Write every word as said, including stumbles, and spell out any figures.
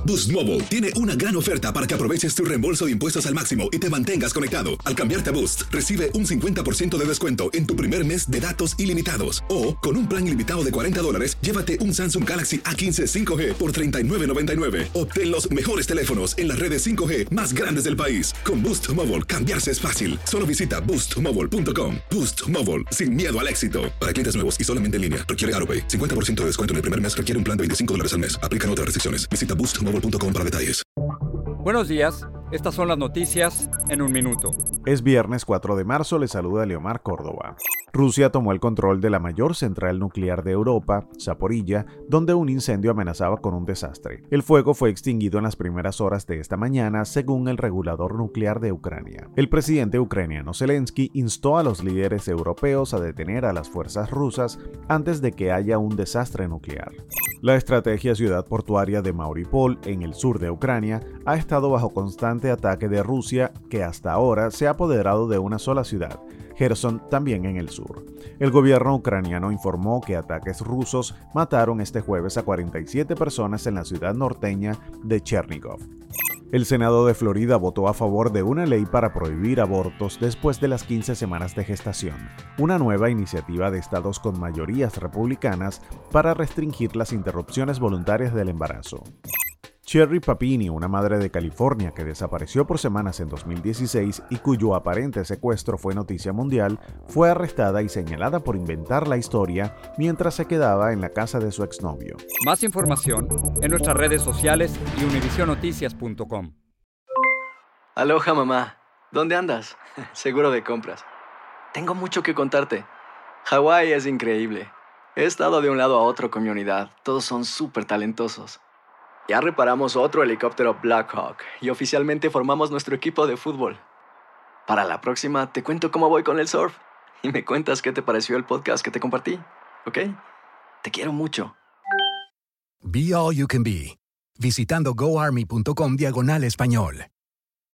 Boost Mobile tiene una gran oferta para que aproveches tu reembolso de impuestos al máximo y te mantengas conectado. Al cambiarte a Boost, recibe un cincuenta por ciento de descuento en tu primer mes de datos ilimitados. O, con un plan ilimitado de cuarenta dólares, llévate un Samsung Galaxy A quince cinco G por treinta y nueve noventa y nueve. Obtén los mejores teléfonos en las redes cinco G más grandes del país. Con Boost Mobile, cambiarse es fácil. Solo visita boost mobile punto com. Boost Mobile, sin miedo al éxito. Para clientes nuevos y solamente en línea, requiere AutoPay. cincuenta por ciento de descuento en el primer mes requiere un plan de veinticinco dólares al mes. Aplican otras restricciones. Visita boost mobile punto com para detalles. Buenos días, estas son las noticias en un minuto. Es viernes cuatro de marzo, le saluda Leomar Córdoba. Rusia tomó el control de la mayor central nuclear de Europa, Zaporilla, donde un incendio amenazaba con un desastre. El fuego fue extinguido en las primeras horas de esta mañana, según el regulador nuclear de Ucrania. El presidente ucraniano Zelensky instó a los líderes europeos a detener a las fuerzas rusas antes de que haya un desastre nuclear. La estrategia ciudad portuaria de Mariupol, en el sur de Ucrania, ha estado bajo constante ataque de Rusia, que hasta ahora se ha apoderado de una sola ciudad, Gerson, también en el sur. El gobierno ucraniano informó que ataques rusos mataron este jueves a cuarenta y siete personas en la ciudad norteña de Chernigov. El Senado de Florida votó a favor de una ley para prohibir abortos después de las quince semanas de gestación, una nueva iniciativa de estados con mayorías republicanas para restringir las interrupciones voluntarias del embarazo. Cherry Papini, una madre de California que desapareció por semanas en dos mil dieciséis y cuyo aparente secuestro fue noticia mundial, fue arrestada y señalada por inventar la historia mientras se quedaba en la casa de su exnovio. Más información en nuestras redes sociales y univision noticias punto com. Aloha, mamá. ¿Dónde andas? Seguro de compras. Tengo mucho que contarte. Hawái es increíble. He estado de un lado a otro con mi unidad. Todos son súper talentosos. Ya reparamos otro helicóptero Blackhawk y oficialmente formamos nuestro equipo de fútbol. Para la próxima te cuento cómo voy con el surf y me cuentas qué te pareció el podcast que te compartí, ¿ok? Te quiero mucho. Be All You Can Be, visitando goarmy punto com diagonal español.